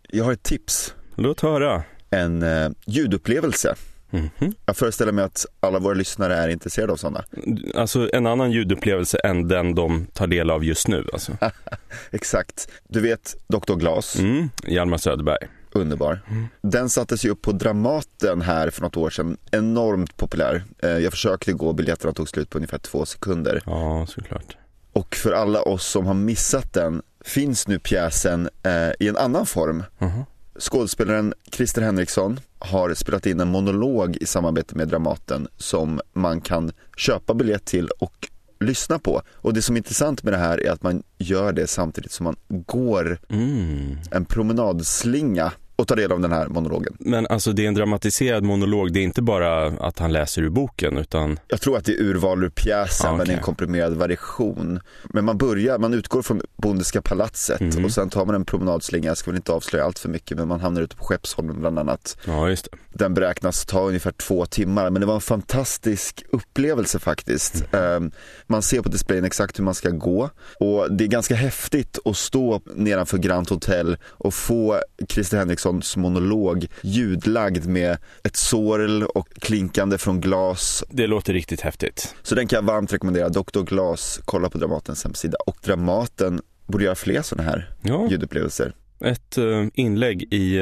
Jag har ett tips. Låt höra. En ljudupplevelse. Mm-hmm. Jag föreställer mig att alla våra lyssnare är intresserade av sådana. Alltså en annan ljudupplevelse än den de tar del av just nu. Alltså. Exakt. Du vet Dr. Glas. Hjalmar Söderberg. Underbar. Den sattes ju upp på Dramaten här för något år sedan. Enormt populär. Jag försökte gå, biljetterna tog slut på ungefär 2 sekunder. Ja, såklart. Och för alla oss som har missat den finns nu pjäsen i en annan form. Skådespelaren Christer Henriksson har spelat in en monolog i samarbete med Dramaten som man kan köpa biljett till och lyssna på. Och det som är intressant med det här är att man gör det samtidigt som man går en promenadslinga och tar del av den här monologen. Men alltså det är en dramatiserad monolog, det är inte bara att han läser ur boken utan... Jag tror att det är urval ur pjäsen, men det är en komprimerad version. Men man utgår från Bondeska palatset och sen tar man en promenadslinga. Jag ska väl inte avslöja allt för mycket, men man hamnar ute på Skeppsholmen bland annat. Ja, just det. Den beräknas ta ungefär 2 timmar, men det var en fantastisk upplevelse faktiskt. Man ser på displayen exakt hur man ska gå, och det är ganska häftigt att stå nedanför Grand Hotel och få Christer Henrikssons monolog ljudlagd med ett sorl och klinkande från glas. Det låter riktigt häftigt. Så den kan jag varmt rekommendera. Dr. Glas, kolla på Dramatens hemsida. Och Dramaten borde göra fler sådana här ljudupplevelser. Ett inlägg i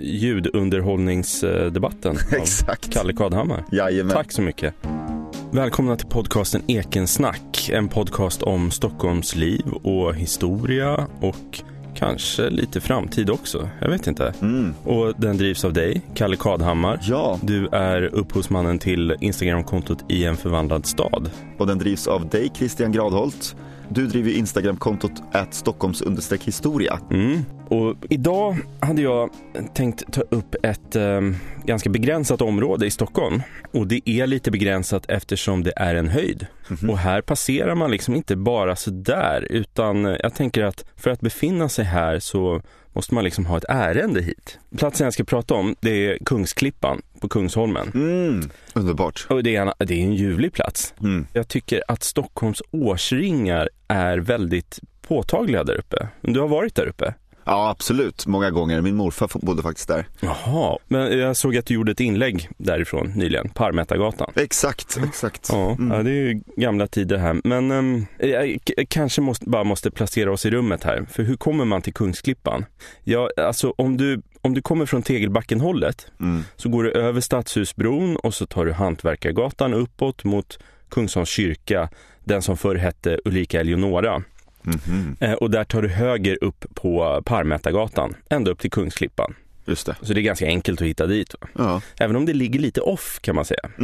ljudunderhållningsdebatten Exakt. Av Kalle Kadhammar. Jajamän. Tack så mycket. Välkomna till podcasten Ekensnack. En podcast om Stockholms liv och historia och kanske lite framtid också. Jag vet inte. Och den drivs av dig, Kalle Kadhammar. Ja. Du är upphovsmannen till Instagramkontot I en förvandlad stad. Och den drivs av dig, Christian Gradholt. Du driver Instagramkontot @Stockholms_historia. Och idag hade jag tänkt ta upp ett ganska begränsat område i Stockholm. Och det är lite begränsat eftersom det är en höjd. Och här passerar man liksom inte bara så där, utan jag tänker att för att befinna sig här så måste man liksom ha ett ärende hit. Platsen jag ska prata om, det är Kungsklippan på Kungsholmen. Underbart. Och det är en ljuvlig plats. Jag tycker att Stockholms årsringar är väldigt påtagliga där uppe. Du har varit där uppe? Ja, absolut. Många gånger. Min morfar bodde faktiskt där. Jaha, men jag såg att du gjorde ett inlägg därifrån nyligen, Parmetagatan. Exakt. Ja, det är ju gamla tider här. Men jag kanske måste placera oss i rummet här. För hur kommer man till Kungsklippan? Ja, alltså om du kommer från Tegelbackenhållet så går du över Stadshusbron och så tar du Hantverkargatan uppåt mot Kungsholms kyrka, den som förr hette Ulrika Eleonora. Och där tar du höger upp på Parmetagatan ända upp till Kungsklippan. Just det. Så det är ganska enkelt att hitta dit. Ja. Även om det ligger lite off kan man säga.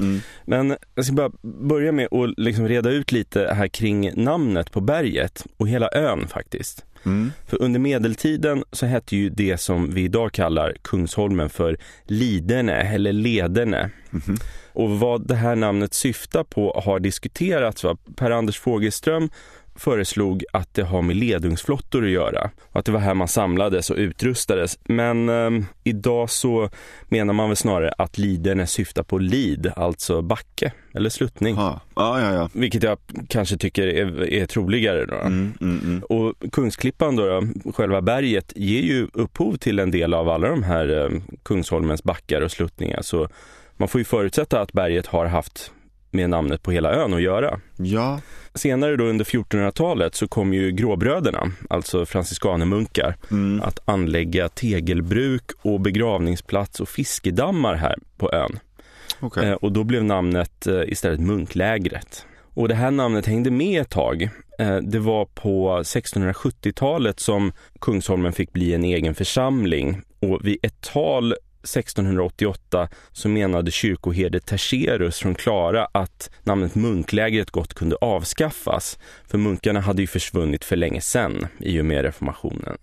Men jag ska bara börja med att liksom reda ut lite här kring namnet på berget och hela ön faktiskt. För under medeltiden så hette ju det som vi idag kallar Kungsholmen för Liderne eller Lederne. Och vad det här namnet syftar på har diskuterats. Per-Anders Fogelström föreslog att det har med ledungsflottor att göra. Att det var här man samlades och utrustades. Men idag så menar man väl snarare att Liderne syftar på lid, alltså backe eller sluttning. Ja. Vilket jag kanske tycker är troligare då. Och Kungsklippan då, själva berget, ger ju upphov till en del av alla de här Kungsholmens backar och sluttningar. Så man får ju förutsätta att berget har haft med namnet på hela ön att göra. Ja. Senare då under 1400-talet så kom ju gråbröderna, alltså franciskanermunkar, att anlägga tegelbruk och begravningsplats och fiskedammar här på ön. Okay. Och då blev namnet istället Munklägret. Och det här namnet hängde med ett tag. Det var på 1670-talet som Kungsholmen fick bli en egen församling. Och vid ett tal 1688 så menade kyrkoherde Terserus från Klara att namnet Munklägret gott kunde avskaffas. För munkarna hade ju försvunnit för länge sedan i och med reformationen.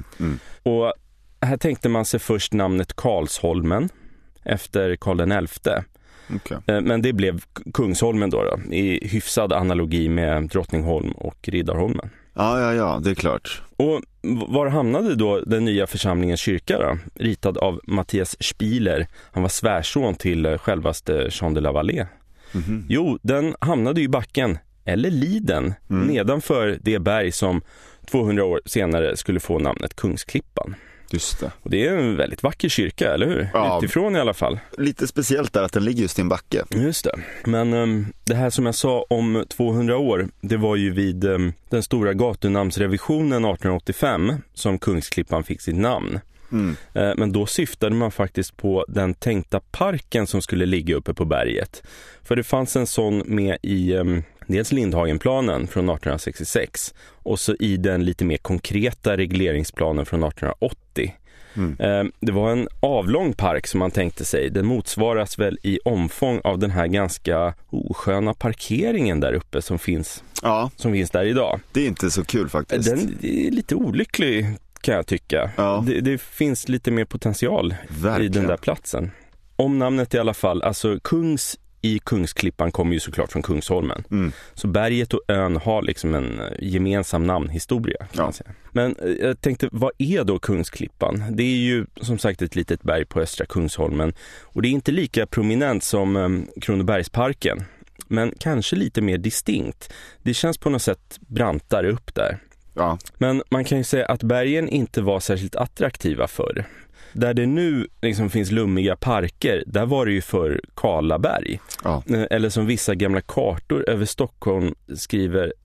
Och här tänkte man sig först namnet Karlsholmen efter Karl XI. Okay. Men det blev Kungsholmen då i hyfsad analogi med Drottningholm och Riddarholmen. Ja, det är klart. Och var hamnade då den nya församlingens kyrka då? Ritad av Mattias Spieler. Han var svärson till självaste Jean de la Vallée. Jo, den hamnade i backen, eller liden, nedanför det berg som 200 år senare skulle få namnet Kungsklippan. Just det. Och det är en väldigt vacker kyrka, eller hur? Ja. Utifrån i alla fall. Lite speciellt där att den ligger just i en backe. Just det. Men det här som jag sa om 200 år, det var ju vid den stora gatunamnsrevisionen 1885 som Kungsklippan fick sitt namn. Men då syftade man faktiskt på den tänkta parken som skulle ligga uppe på berget. För det fanns en sån med i dels Lindhagenplanen från 1866 och så i den lite mer konkreta regleringsplanen från 1880. Det var en avlång park som man tänkte sig. Den motsvaras väl i omfång av den här ganska osköna parkeringen där uppe som finns där idag. Det är inte så kul faktiskt. Den är lite olycklig, kan jag tycka. Ja. Det finns lite mer potential i den där platsen. Om namnet i alla fall, alltså i Kungsklippan kommer ju såklart från Kungsholmen. Så berget och ön har liksom en gemensam namnhistoria, kan man säga. Men jag tänkte, vad är då Kungsklippan? Det är ju som sagt ett litet berg på östra Kungsholmen. Och det är inte lika prominent som Kronobergsparken. Men kanske lite mer distinkt. Det känns på något sätt brantare upp där. Ja. Men man kan ju säga att bergen inte var särskilt attraktiva förr. Där det nu liksom finns lummiga parker, där var det ju för kala berg. Ja. Eller som vissa gamla kartor över Stockholm skriver,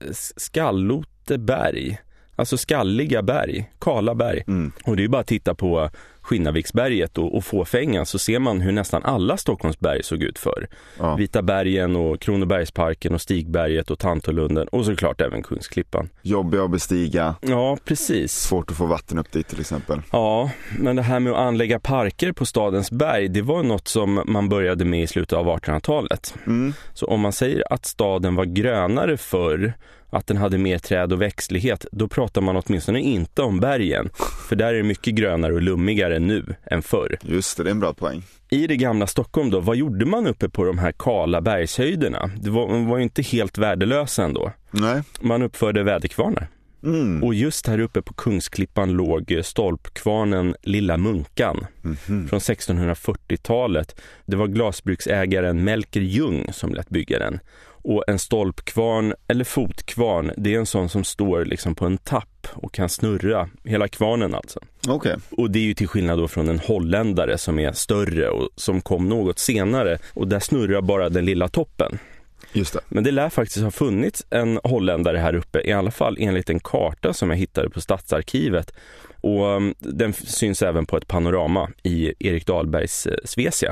Skalloteberg. Alltså skalliga berg, kala berg. Och det är ju bara att titta på Skinnarviksberget och Fåfängan så ser man hur nästan alla Stockholmsberg såg ut förr. Ja. Vita bergen och Kronobergsparken och Stigberget och Tantolunden och såklart även Kungsklippan. Jobbiga att bestiga. Ja, precis. Svårt att få vatten upp dit till exempel. Ja, men det här med att anlägga parker på stadens berg, det var något som man började med i slutet av 1800-talet. Så om man säger att staden var grönare förr, att den hade mer träd och växtlighet, då pratar man åtminstone inte om bergen. För där är det mycket grönare och lummigare nu än förr. Just det, det är en bra poäng. I det gamla Stockholm då, vad gjorde man uppe på de här kala bergshöjderna? Det var ju inte helt värdelösa ändå. Nej. Man uppförde väderkvarnar. Och just här uppe på Kungsklippan låg stolpkvarnen Lilla Munkan från 1640-talet. Det var glasbruksägaren Melker Ljung som lät bygga den. Och en stolpkvarn eller fotkvarn, det är en sån som står liksom på en tapp och kan snurra hela kvarnen alltså. Okay. Och det är ju till skillnad då från en holländare som är större och som kom något senare och där snurrar bara den lilla toppen. Just det. Men det lär faktiskt ha funnits en holländare här uppe, i alla fall enligt en karta som jag hittade på Stadsarkivet. Och den syns även på ett panorama i Erik Dahlbergs Svecia.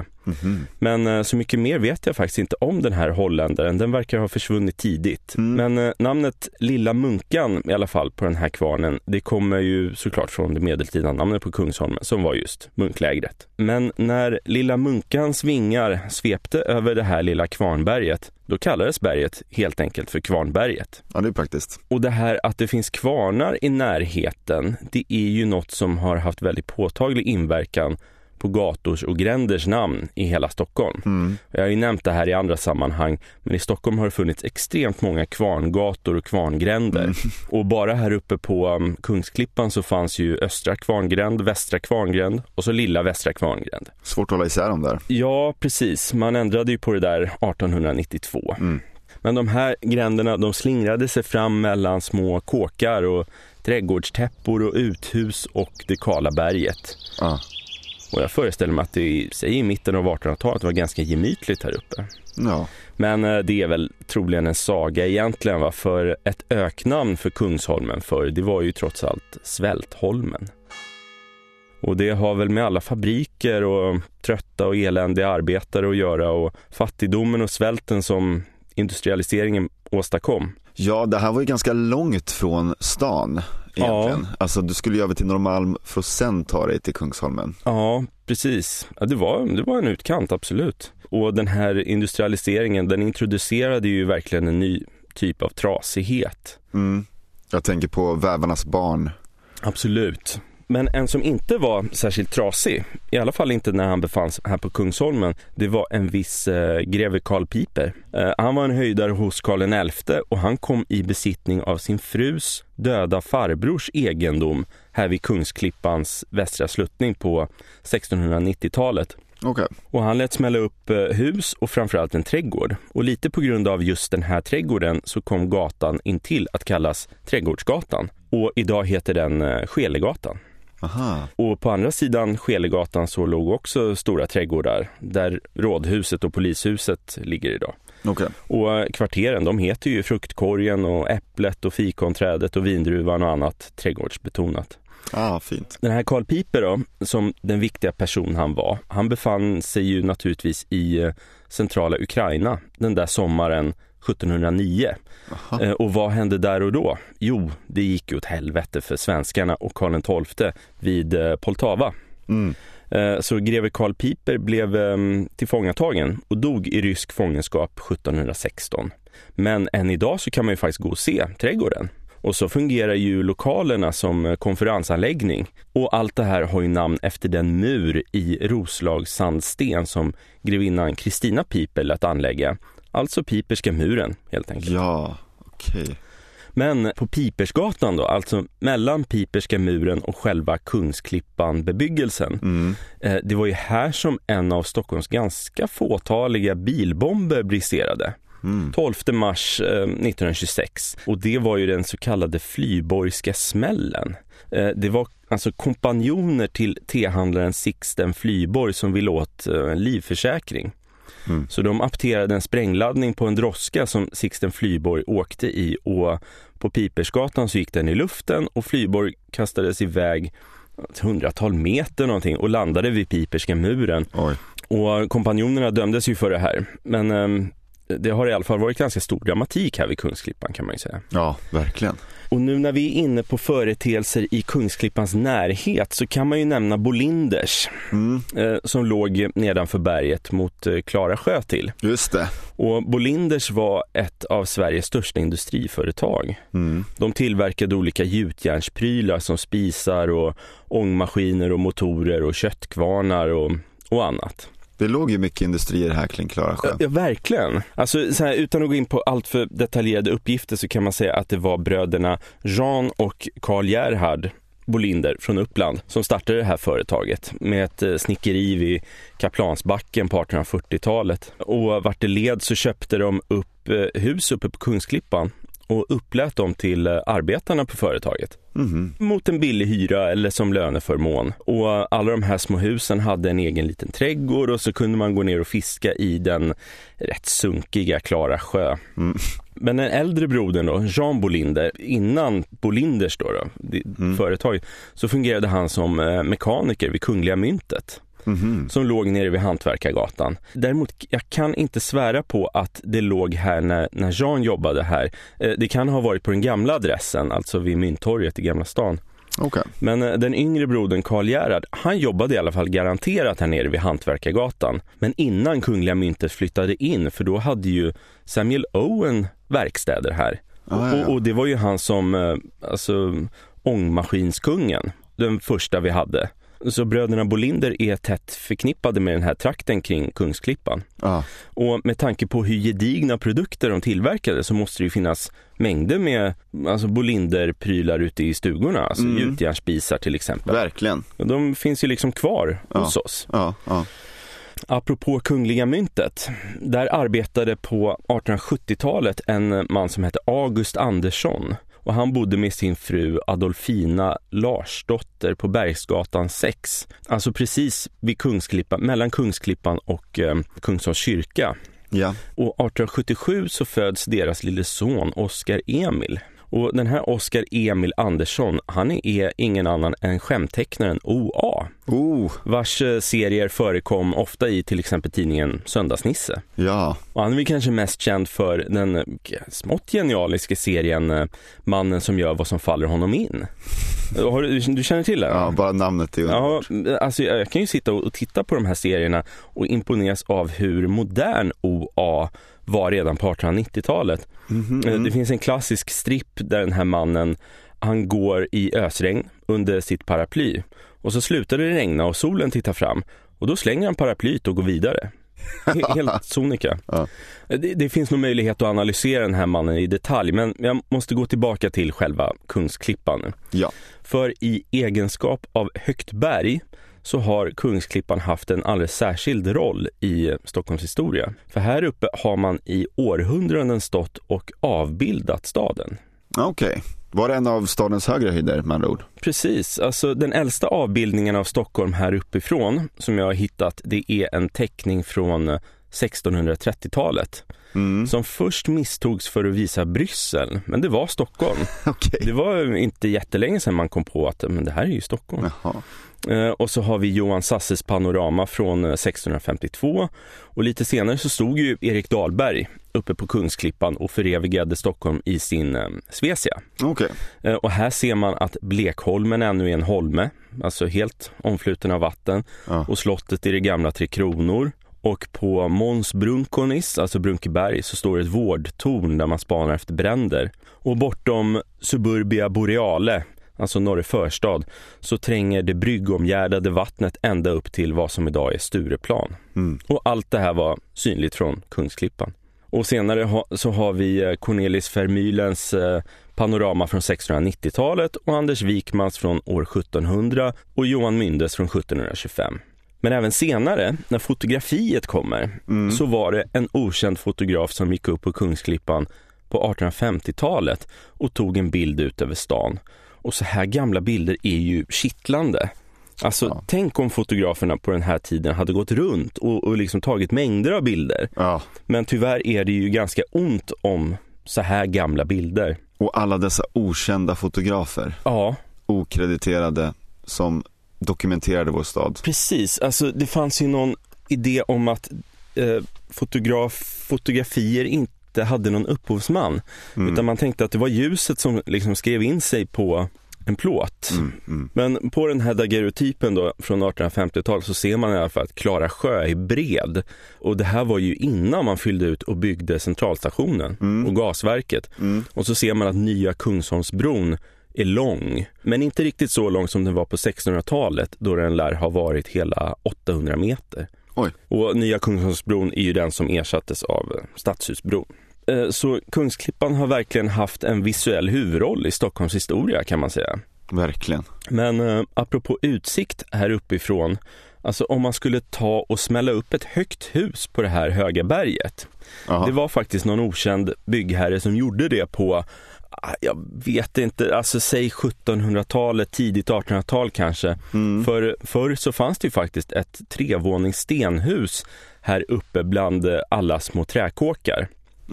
Men så mycket mer vet jag faktiskt inte om den här holländaren. Den verkar ha försvunnit tidigt. Men namnet Lilla Munkan i alla fall på den här kvarnen, det kommer ju såklart från det medeltida namnet på Kungsholmen som var just munklägret. Men när Lilla Munkans vingar svepte över det här lilla kvarnberget, då kallades berget helt enkelt för Kvarnberget. Ja, det är praktiskt. Och det här att det finns kvarnar i närheten, det är ju något som har haft väldigt påtaglig inverkan på gators och gränders namn i hela Stockholm. Jag har ju nämnt det här i andra sammanhang, men i Stockholm har det funnits extremt många kvarngator och kvarngränder. Och bara här uppe på Kungsklippan så fanns ju Östra Kvarngränd, Västra Kvarngränd och så Lilla Västra Kvarngränd. Svårt att hålla isär dem där. Ja, precis. Man ändrade ju på det där 1892. Men de här gränderna, de slingrade sig fram mellan små kåkar och trädgårdstäppor och uthus och det kala berget. Och jag föreställer mig att det i mitten av 1800-talet var ganska gemytligt här uppe. Ja. Men det är väl troligen en saga egentligen, va? För ett öknamn för Kungsholmen för det var ju trots allt Svältholmen. Och det har väl med alla fabriker och trötta och eländiga arbetare att göra och fattigdomen och svälten som industrialiseringen åstadkom. Ja, det här var ju ganska långt från stan egentligen. Ja. Alltså du skulle ju över till Norrmalm för att sen ta dig till Kungsholmen. Ja, precis. Ja, det var en utkant, absolut. Och den här industrialiseringen, den introducerade ju verkligen en ny typ av trasighet. Jag tänker på Vävarnas barn. Absolut. Men en som inte var särskilt trasig, i alla fall inte när han befanns här på Kungsholmen, det var en viss greve Karl Piper. Han var en höjdare hos Karl XI och han kom i besittning av sin frus döda farbrors egendom här vid Kungsklippans västra sluttning på 1690-talet. Okay. Och han lät smälla upp hus och framförallt en trädgård. Och lite på grund av just den här trädgården så kom gatan in till att kallas Trädgårdsgatan. Och idag heter den Skelegatan. Aha. Och på andra sidan Skelegatan så låg också stora trädgårdar där rådhuset och polishuset ligger idag. Okay. Och kvarteren, de heter ju Fruktkorgen och Äpplet och Fikonträdet och Vindruvan och annat trädgårdsbetonat. Fint. Den här Karl Piper då, som den viktiga person han var, han befann sig ju naturligtvis i centrala Ukraina den där sommaren 1709. Och vad hände där och då? Jo, det gick ju åt helvete för svenskarna och Karl XII vid Poltava. Så greve Karl Piper blev tillfångatagen och dog i rysk fångenskap 1716. Men än idag så kan man ju faktiskt gå och se trädgården. Och så fungerar ju lokalerna som konferensanläggning. Och allt det här har ju namn efter den mur i Roslagssandsten som grevinnan Kristina Piper lät anlägga. Alltså Piperska muren helt enkelt. Ja, okej. Men på Pipersgatan då, alltså mellan Piperska muren och själva Kungsklippan bebyggelsen. Det var ju här som en av Stockholms ganska fåtaliga bilbomber briserade. 12 mars 1926. Och det var ju den så kallade Flyborgska smällen. Det var alltså kompanjoner till tehandlaren Sixten Flyborg som ville åt en livförsäkring. Så de apterade en sprängladdning på en droska som Sixten Flyborg åkte i, och på Pipersgatan så gick den i luften och Flyborg kastades iväg ett 100-tal meter någonting och landade vid Piperska muren. Oj. Och kompanjonerna dömdes ju för det här. Men det har i alla fall varit ganska stor dramatik här vid Kungsklippan, kan man ju säga. Ja, verkligen. Och nu när vi är inne på företeelser i Kungsklippans närhet så kan man ju nämna Bolinders som låg nedanför berget mot Klara sjö till. Just det. Och Bolinders var ett av Sveriges största industriföretag. De tillverkade olika gjutjärnsprylar som spisar och ångmaskiner och motorer och köttkvarnar och annat. Det låg ju mycket industrier här kring Klara sjö. Ja, verkligen. Alltså, så här, utan att gå in på allt för detaljerade uppgifter så kan man säga att det var bröderna Jean och Karl Gerhard Bolinder från Uppland som startade det här företaget med ett snickeri vid Kaplansbacken på 1840-talet. Och vart det led så köpte de upp hus uppe på Kungsklippan och upplät dem till arbetarna på företaget. Mot en billig hyra eller som löneförmån. Och alla de här små husen hade en egen liten trädgård och så kunde man gå ner och fiska i den rätt sunkiga Klara sjö. Men den äldre brodern då, Jean Bolinder, innan Bolinders då, företag, så fungerade han som mekaniker vid Kungliga Myntet. Som låg nere vid Hantverkargatan. Däremot, jag kan inte svära på att det låg här när Jean jobbade här. Det kan ha varit på den gamla adressen, alltså vid Mynttorget i Gamla stan. Okay. Men den yngre brodern Karl Gerhard, han jobbade i alla fall garanterat här nere vid Hantverkargatan. Men innan Kungliga Myntet flyttade in, för då hade ju Samuel Owen verkstäder här. Och det var ju han som, alltså ångmaskinskungen, den första vi hade. Så bröderna Bolinder är tätt förknippade med den här trakten kring Kungsklippan. Och med tanke på hur gedigna produkter de tillverkade så måste det ju finnas mängder med alltså Bolinder-prylar ute i stugorna. Alltså gjutjärnspisar till exempel. Verkligen. Och de finns ju liksom kvar hos oss. Apropå Kungliga Myntet, där arbetade på 1870-talet en man som hette August Andersson. Och han bodde med sin fru Adolfina Larsdotter på Bergsgatan 6. Alltså precis vid Kungsklippan, mellan Kungsklippan och Kungsholms kyrka. Ja. Och 1877 så föds deras lille son Oskar Emil. Och den här Oskar Emil Andersson, han är ingen annan än skämtecknaren O.A. Vars serier förekom ofta i till exempel tidningen Söndagsnisse. Ja. Och han är kanske mest känd för den smått genialiska serien Mannen som gör vad som faller honom in. Du känner till det? Ja, bara namnet är underbart. Ja, alltså jag kan ju sitta och titta på de här serierna och imponeras av hur modern O.A. var redan på 1890-talet. Det finns en klassisk stripp där den här mannen, han går i ösregn under sitt paraply. Och så slutar det regna och solen tittar fram. Och då slänger han paraplyt och går vidare. Helt sonika. Det finns nog möjlighet att analysera den här mannen i detalj. Men jag måste gå tillbaka till själva Kungsklippan. Ja. För i egenskap av högt berg så har Kungsklippan haft en alldeles särskild roll i Stockholms historia. För här uppe har man i århundraden stått och avbildat staden. Okej. Var det en av stadens högre höjder med andra ord? Precis, alltså den äldsta avbildningen av Stockholm här uppifrån som jag har hittat, det är en teckning från 1630-talet som först misstogs för att visa Bryssel, men det var Stockholm. Okay. Det var inte jättelänge sedan man kom på att men det här är ju Stockholm. Och så har vi Johan Sasses panorama från 1652 och lite senare så stod ju Erik Dahlberg uppe på Kungsklippan och förevigade Stockholm i sin Svesia. Okay. Och här ser man att Blekholmen ännu är en holme, alltså helt omfluten av vatten, och slottet är det gamla Tre Kronor. Och på Måns Brunkonis, alltså Brunkeberg, så står ett vårdtorn där man spanar efter bränder. Och bortom Suburbia Boreale, alltså norra förstad, så tränger det bryggomgärdade vattnet ända upp till vad som idag är Stureplan. Och allt det här var synligt från Kungsklippan. Och senare så har vi Cornelis Vermeullens panorama från 1690-talet och Anders Wikmans från år 1700 och Johan Myndes från 1725. Men även senare, när fotografiet kommer, så var det en okänd fotograf som gick upp på Kungsklippan på 1850-talet och tog en bild ut över stan. Och så här gamla bilder är ju kittlande. Alltså, tänk om fotograferna på den här tiden hade gått runt och liksom tagit mängder av bilder. Men tyvärr är det ju ganska ont om så här gamla bilder. Och alla dessa okända fotografer. Okrediterade som dokumenterade vår stad. Precis, alltså det fanns ju någon idé om att fotografier inte hade någon upphovsman, utan man tänkte att det var ljuset som liksom skrev in sig på en plåt. Men på den här daguerreotypen då från 1850-talet så ser man i alla fall att Klara sjö är bred, och det här var ju innan man fyllde ut och byggde centralstationen och gasverket. Och så ser man att nya Kungsholmsbron är lång, men inte riktigt så lång som den var på 1600-talet då den lär ha varit hela 800 meter. Oj. Och nya Kungsholmsbron är ju den som ersattes av Stadshusbron. Så Kungsklippan har verkligen haft en visuell huvudroll i Stockholms historia, kan man säga. Verkligen. Men apropå utsikt här uppifrån, alltså om man skulle ta och smälla upp ett högt hus på det här höga berget. Det var faktiskt någon okänd byggherre som gjorde det på, jag vet inte, alltså säg 1700-talet, tidigt 1800-tal kanske. För förr så fanns det ju faktiskt ett 3-vånings-stenhus här uppe bland alla små träkåkar.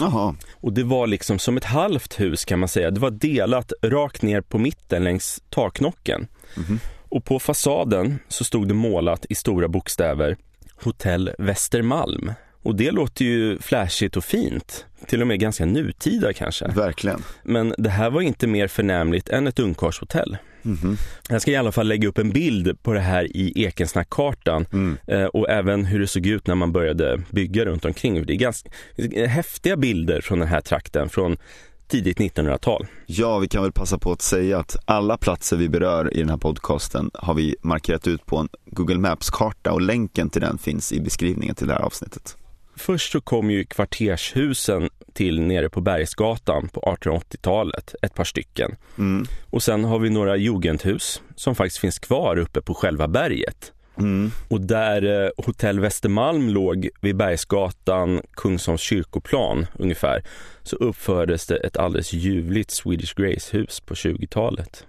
Och det var liksom som ett halvt hus, kan man säga. Det var delat rakt ner på mitten längs taknocken. Och på fasaden så stod det målat i stora bokstäver Hotell Västermalm. Och det låter ju flashigt och fint. Till och med ganska nutida kanske. Verkligen. Men det här var inte mer förnämligt än ett ungkarlshotell. Jag ska i alla fall lägga upp en bild på det här i Ekensnackkartan. Och även hur det såg ut när man började bygga runt omkring. Det är ganska häftiga bilder från den här trakten från tidigt 1900-tal. Ja, vi kan väl passa på att säga att alla platser vi berör i den här podcasten har vi markerat ut på en Google Maps-karta, och länken till den finns i beskrivningen till det här avsnittet. Först så kom ju kvartershusen till nere på Bergsgatan på 1880-talet, ett par stycken. Och sen har vi några jugendhus som faktiskt finns kvar uppe på själva berget. Och där Hotell Västermalm låg vid Bergsgatan, Kungsholms kyrkoplan ungefär, så uppfördes det ett alldeles ljuvligt Swedish Grace-hus på 20-talet.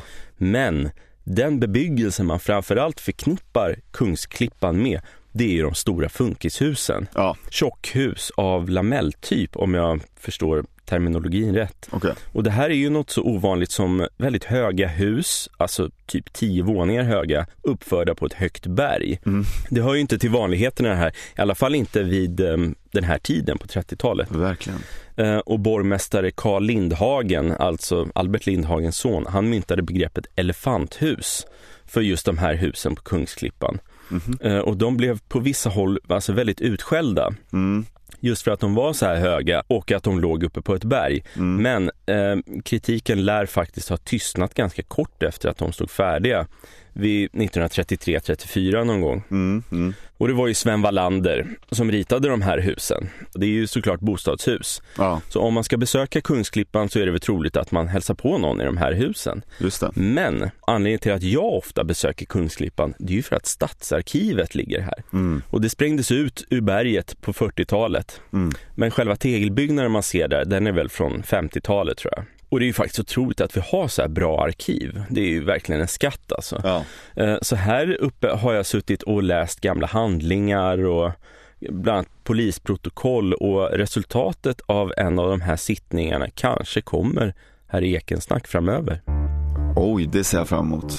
Men den bebyggelse man framförallt förknippar Kungsklippan med, det är ju de stora funkishusen. Tjockhus av lamelltyp, om jag förstår terminologin rätt. Och det här är ju något så ovanligt som väldigt höga hus, alltså typ 10 våningar höga, uppförda på ett högt berg. Det hör ju inte till vanligheterna här, i alla fall inte vid den här tiden på 30-talet. Verkligen. Och borgmästare Carl Lindhagen, alltså Albert Lindhagens son, han myntade begreppet elefanthus för just de här husen på Kungsklippan. Och de blev på vissa håll alltså väldigt utskällda. Just för att de var så här höga och att de låg uppe på ett berg. Men kritiken lär faktiskt ha tystnat ganska kort efter att de stod färdiga vid 1933-34 någon gång. Och det var ju Sven Wallander som ritade de här husen. Det är ju såklart bostadshus. Så om man ska besöka Kungsklippan så är det väl troligt att man hälsar på någon i de här husen. Just det. Men anledningen till att jag ofta besöker Kungsklippan, det är ju för att Stadsarkivet ligger här. Och det sprängdes ut ur berget på 40-talet. Men själva tegelbyggnaden man ser där, den är väl från 50-talet tror jag. Och det är ju faktiskt otroligt att vi har så här bra arkiv. Det är ju verkligen en skatt alltså. Ja. Så här uppe har jag suttit och läst gamla handlingar och bland annat polisprotokoll, och resultatet av en av de här sittningarna kanske kommer här i Ekensnack framöver. Oj, det ser jag fram emot.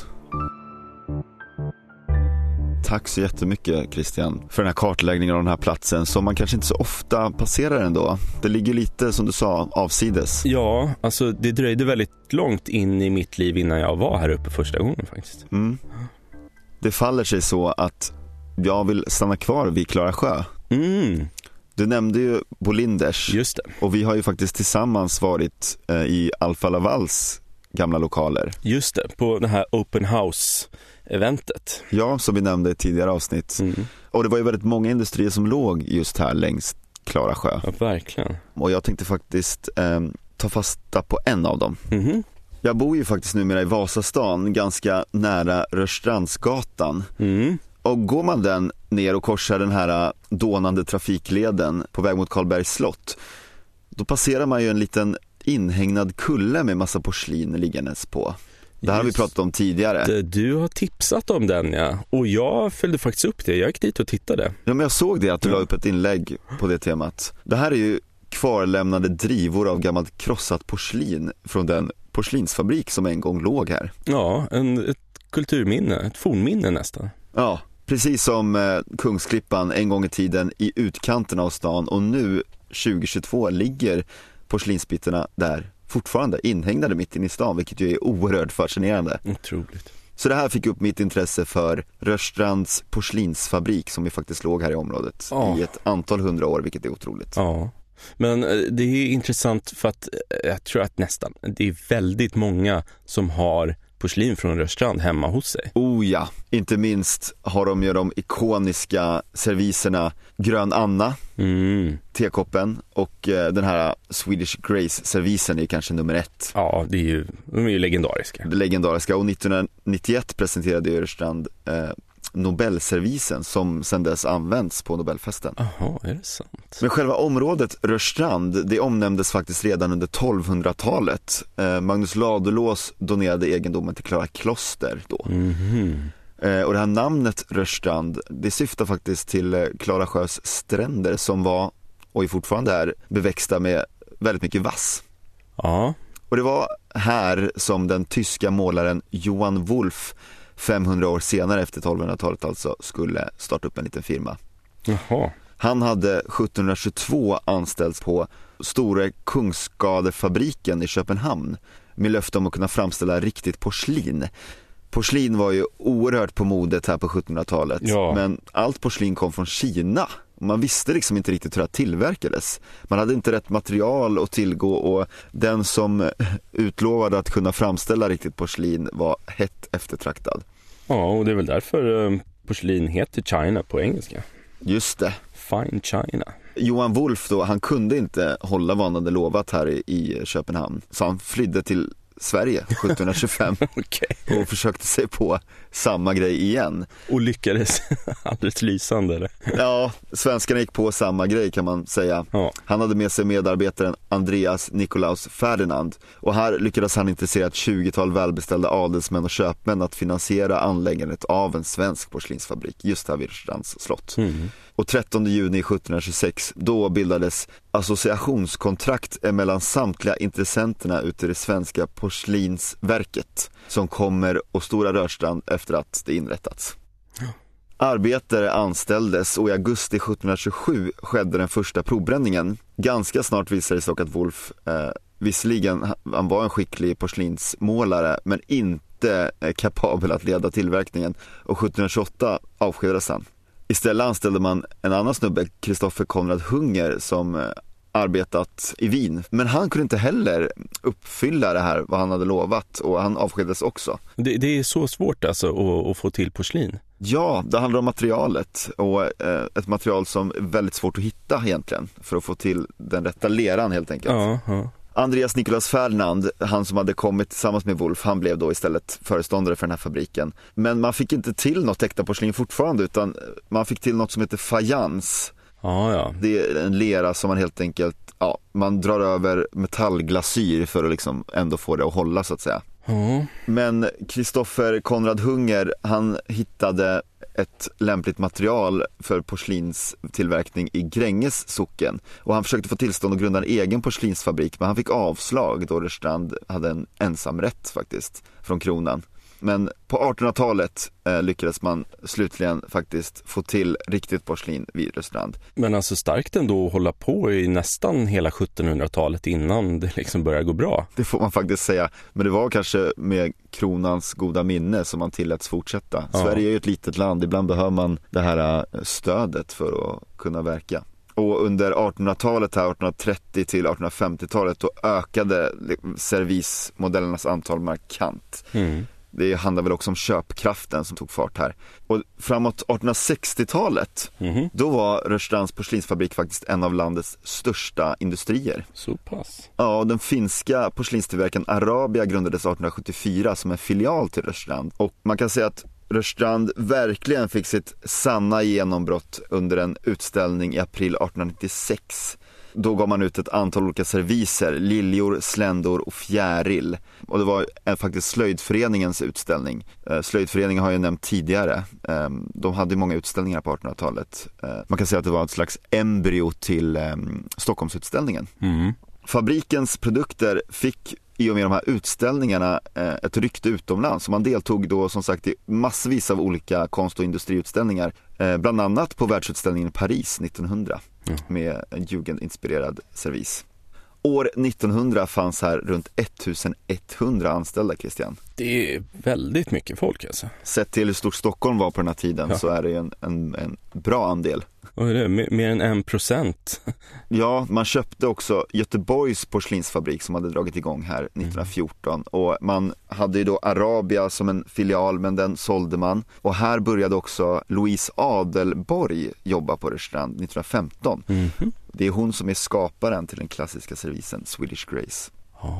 Tack så jättemycket, Christian, för den här kartläggningen av den här platsen som man kanske inte så ofta passerar ändå. Det ligger lite, som du sa, avsides. Ja, alltså det dröjde väldigt långt in i mitt liv innan jag var här uppe första gången faktiskt. Det faller sig så att jag vill stanna kvar vid Klara sjö. Du nämnde ju Bolinders. Just det. Och vi har ju faktiskt tillsammans varit i Alfa Lavals gamla lokaler. Just det, på det här open house-eventet. Ja, som vi nämnde i tidigare avsnitt. Och det var ju väldigt många industrier som låg just här längs Klara sjö. Ja, verkligen. Och jag tänkte faktiskt ta fasta på en av dem. Jag bor ju faktiskt numera i Vasastan, ganska nära Rörstrandsgatan. Och går man den ner och korsar den här dånande trafikleden på väg mot Karlbergs slott, då passerar man ju en liten inhägnad kulle med massa porslin liggandes på. Det här har vi pratat om tidigare. Du har tipsat om den, ja. Och jag följde faktiskt upp det. Jag gick dit och tittade. Ja, men jag såg det, att du la upp ett inlägg på det temat. Det här är ju kvarlämnade drivor av gammalt krossat porslin från den porslinsfabrik som en gång låg här. Ja, ett kulturminne, ett fornminne nästan. Ja, precis som Kungsklippan en gång i tiden i utkanten av stan, och nu 2022 ligger porslinsbitarna där fortfarande inhägnade mitt in i stan, vilket ju är oerhört fascinerande. Otroligt. Så det här fick upp mitt intresse för Rörstrands porslinsfabrik som ju faktiskt låg här i området i ett antal 100 år, vilket är otroligt. Ja, men det är intressant för att jag tror att det är väldigt många som har porslin från Rörstrand hemma hos sig. Oh ja, inte minst har de ju de ikoniska serviserna Grön Anna, tekoppen, och den här Swedish Grace-servisen är kanske nummer 1. Ja, de är ju legendariska. Legendariska, och 1991 presenterade ju Rörstrand Nobelservisen som sedan dess används på Nobelfesten. Jaha, är det sant? Men själva området Rörstrand, det omnämndes faktiskt redan under 1200-talet. Magnus Ladulås donerade egendomen till Klara kloster då. Och det här namnet Rörstrand, det syftar faktiskt till Klara sjös stränder som var, och är fortfarande är, beväxta med väldigt mycket vass. Ja. Och det var här som den tyska målaren Johan Wolf 500 år senare, efter 1200-talet alltså, skulle starta upp en liten firma. Jaha. Han hade 1722 anställts på Store Kungsgadefabriken i Köpenhamn med löfte om att kunna framställa riktigt porslin. Porslin var ju oerhört på modet här på 1700-talet, men allt porslin kom från Kina. Man visste liksom inte riktigt hur det tillverkades. Man hade inte rätt material att tillgå, och den som utlovade att kunna framställa riktigt porslin var hett eftertraktad. Ja, och det är väl därför porslin heter China på engelska. Just det. Fine China. Johan Wolf då, han kunde inte hålla vad han hade lovat här i Köpenhamn, så han flydde till Sverige 1725 okay. och försökte sig på samma grej igen. Och lyckades alldeles lysande, eller? Ja, svenskarna gick på samma grej kan man säga. Ja. Han hade med sig medarbetaren Andreas Nikolaus Ferdinand, och här lyckades han intressera ett 20-tal välbeställda adelsmän och köpmän att finansiera anläggandet av en svensk porslinsfabrik just här vid Rörstrands slott. Och 13 juni 1726 då bildades associationskontrakt mellan samtliga intressenterna ute i det svenska porslinsverket som kommer och Stora Rörstrand efter att det inrättats. Arbetare anställdes, och i augusti 1727 skedde den första provbränningen. Ganska snart visade det sig att Wolf visserligen han var en skicklig porslinsmålare, men inte kapabel att leda tillverkningen, och 1728 avskedades han. Istället anställde man en annan snubbe, Kristoffer Konrad Hunger, som arbetat i Wien. Men han kunde inte heller uppfylla det här vad han hade lovat, och han avskedades också. Det är så svårt alltså att få till porslin? Ja, det handlar om materialet, och ett material som är väldigt svårt att hitta egentligen för att få till den rätta leran helt enkelt. Ja. Andreas Nikolaus Ferdinand, han som hade kommit tillsammans med Wolf, han blev då istället föreståndare för den här fabriken. Men man fick inte till något äkta porslin fortfarande, utan man fick till något som heter fajans. Ja. Det är en lera som man helt enkelt, man drar över metallglasyr för att liksom ändå få det att hålla så att säga. Men Kristoffer Konrad Hunger, han hittade ett lämpligt material för porslinstillverkning i Gränges socken, och han försökte få tillstånd att grunda en egen porslinsfabrik, men han fick avslag då Rörstrand hade en ensamrätt faktiskt från kronan. Men på 1800-talet lyckades man slutligen faktiskt få till riktigt porslin vid Rörstrand. Men alltså starkt ändå att hålla på i nästan hela 1700-talet innan det liksom började gå bra. Det får man faktiskt säga. Men det var kanske med kronans goda minne som man tilläts fortsätta. Ja. Sverige är ju ett litet land. Ibland behöver man det här stödet för att kunna verka. Och under 1800-talet här, 1830 till 1850-talet, då ökade servismodellernas antal markant. Det handlar väl också om köpkraften som tog fart här. Och framåt 1860-talet, då var Rörstrands porslinsfabrik faktiskt en av landets största industrier. Så pass? Ja, och den finska porslinstillverkaren Arabia grundades 1874 som en filial till Rörstrand. Och man kan säga att Rörstrand verkligen fick sitt sanna genombrott under en utställning i april 1896. Då gav man ut ett antal olika serviser, liljor, sländor och fjäril. Och det var faktiskt Slöjdföreningens utställning. Slöjdföreningen har jag nämnt tidigare. De hade många utställningar på 1800-talet. Man kan säga att det var ett slags embryo till Stockholmsutställningen. Fabrikens produkter fick i och med de här utställningarna ett rykte utomlands. Så man deltog då som sagt i massvis av olika konst- och industriutställningar. Bland annat på världsutställningen i Paris 1900 med en jugendinspirerad servis. År 1900 fanns här runt 1100 anställda, Christian. Det är väldigt mycket folk alltså. Sett till hur stort Stockholm var på den här tiden så är det en bra andel. Och det är mer än 1%. Ja, man köpte också Göteborgs porslinsfabrik som hade dragit igång här 1914. Och man hade ju då Arabia som en filial, men den sålde man. Och här började också Louise Adelborg jobba på Rörstrand 1915. Det är hon som är skaparen till den klassiska servisen Swedish Grace.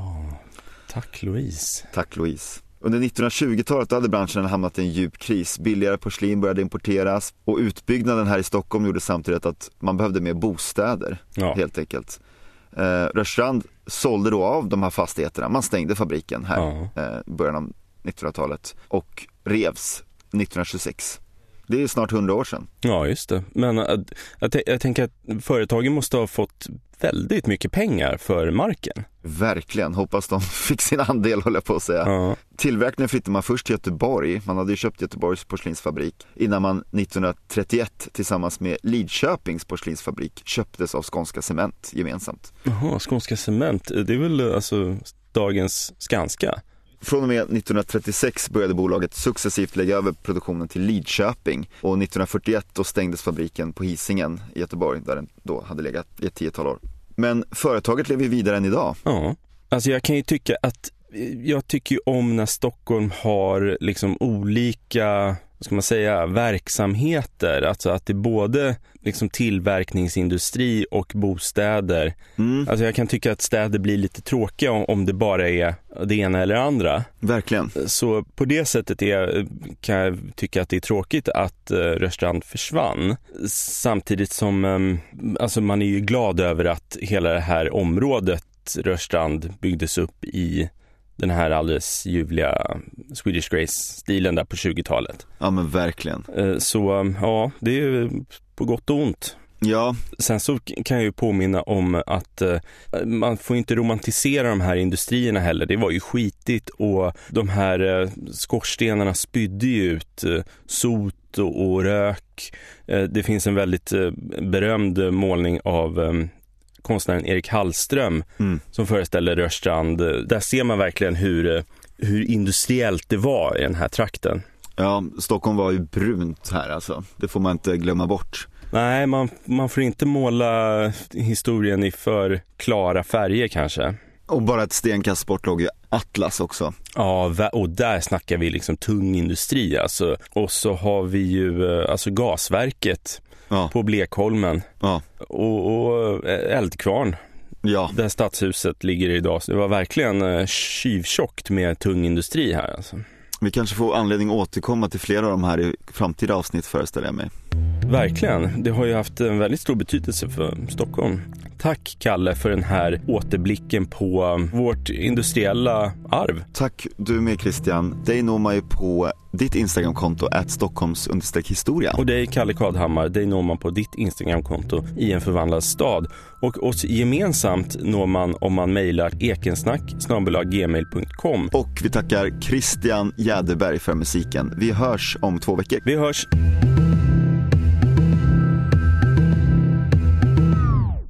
Tack Louise. Tack Louise. Under 1920-talet hade branschen hamnat i en djup kris. Billigare porslin började importeras och utbyggnaden här i Stockholm gjorde samtidigt att man behövde mer bostäder, helt enkelt. Rörstrand sålde då av de här fastigheterna. Man stängde fabriken här i början av 1900-talet och revs 1926. Det är snart 100 år sedan. Ja, just det. Men jag tänker att företagen måste ha fått väldigt mycket pengar för marken. Verkligen. Hoppas de fick sin andel, håller jag på att säga. Tillverkningen flyttade man först till Göteborg. Man hade ju köpt Göteborgs porslinsfabrik innan man 1931 tillsammans med Lidköpings porslinsfabrik köptes av Skånska Cement gemensamt. Jaha, Skånska Cement. Det är väl alltså dagens Skanska? Från och med 1936 började bolaget successivt lägga över produktionen till Lidköping, och 1941 då stängdes fabriken på Hisingen i Göteborg där den då hade legat i ett 10-tal år. Men företaget lever vidare än idag. Ja, alltså jag kan ju tycka att jag tycker om när Stockholm har liksom olika, ska man säga, verksamheter, alltså att det är både liksom tillverkningsindustri och bostäder. Alltså jag kan tycka att städer blir lite tråkiga om det bara är det ena eller andra. Verkligen. Så på det sättet kan jag tycka att det är tråkigt att Rörstrand försvann. Samtidigt som alltså man är ju glad över att hela det här området Rörstrand byggdes upp i den här alldeles ljuvliga Swedish Grace-stilen där på 20-talet. Ja, men verkligen. Så ja, det är ju på gott och ont. Ja. Sen så kan jag ju påminna om att man får inte romantisera de här industrierna heller. Det var ju skitigt och de här skorstenarna spydde ju ut sot och rök. Det finns en väldigt berömd målning av konstnären Erik Hallström som föreställer Rörstrand. Där ser man verkligen hur industriellt det var i den här trakten. Ja, Stockholm var ju brunt här alltså. Det får man inte glömma bort. Nej, man får inte måla historien i för klara färger kanske. Och bara ett stenkast bort låg ju Atlas också. Ja, och där snackar vi liksom tung industri alltså. Och så har vi ju alltså gasverket på Blekholmen och Eldkvarn. Ja. Där stadshuset ligger idag. Så det var verkligen tjuvtjockt med tung industri här alltså. Vi kanske får anledning att återkomma till flera av de här i framtida avsnitt, föreställer jag mig. Verkligen, det har ju haft en väldigt stor betydelse för Stockholm. Tack Kalle för den här återblicken på vårt industriella arv. Tack du med Christian. Dig når man ju på ditt Instagramkonto @stockholms_historia. Och dig Kalle Kadhammar, dig når man på ditt Instagramkonto i en förvandlad stad. Och oss gemensamt når man om man mejlar ekensnack@gmail.com. Och vi tackar Christian Jäderberg för musiken. Vi hörs om 2 veckor. Vi hörs.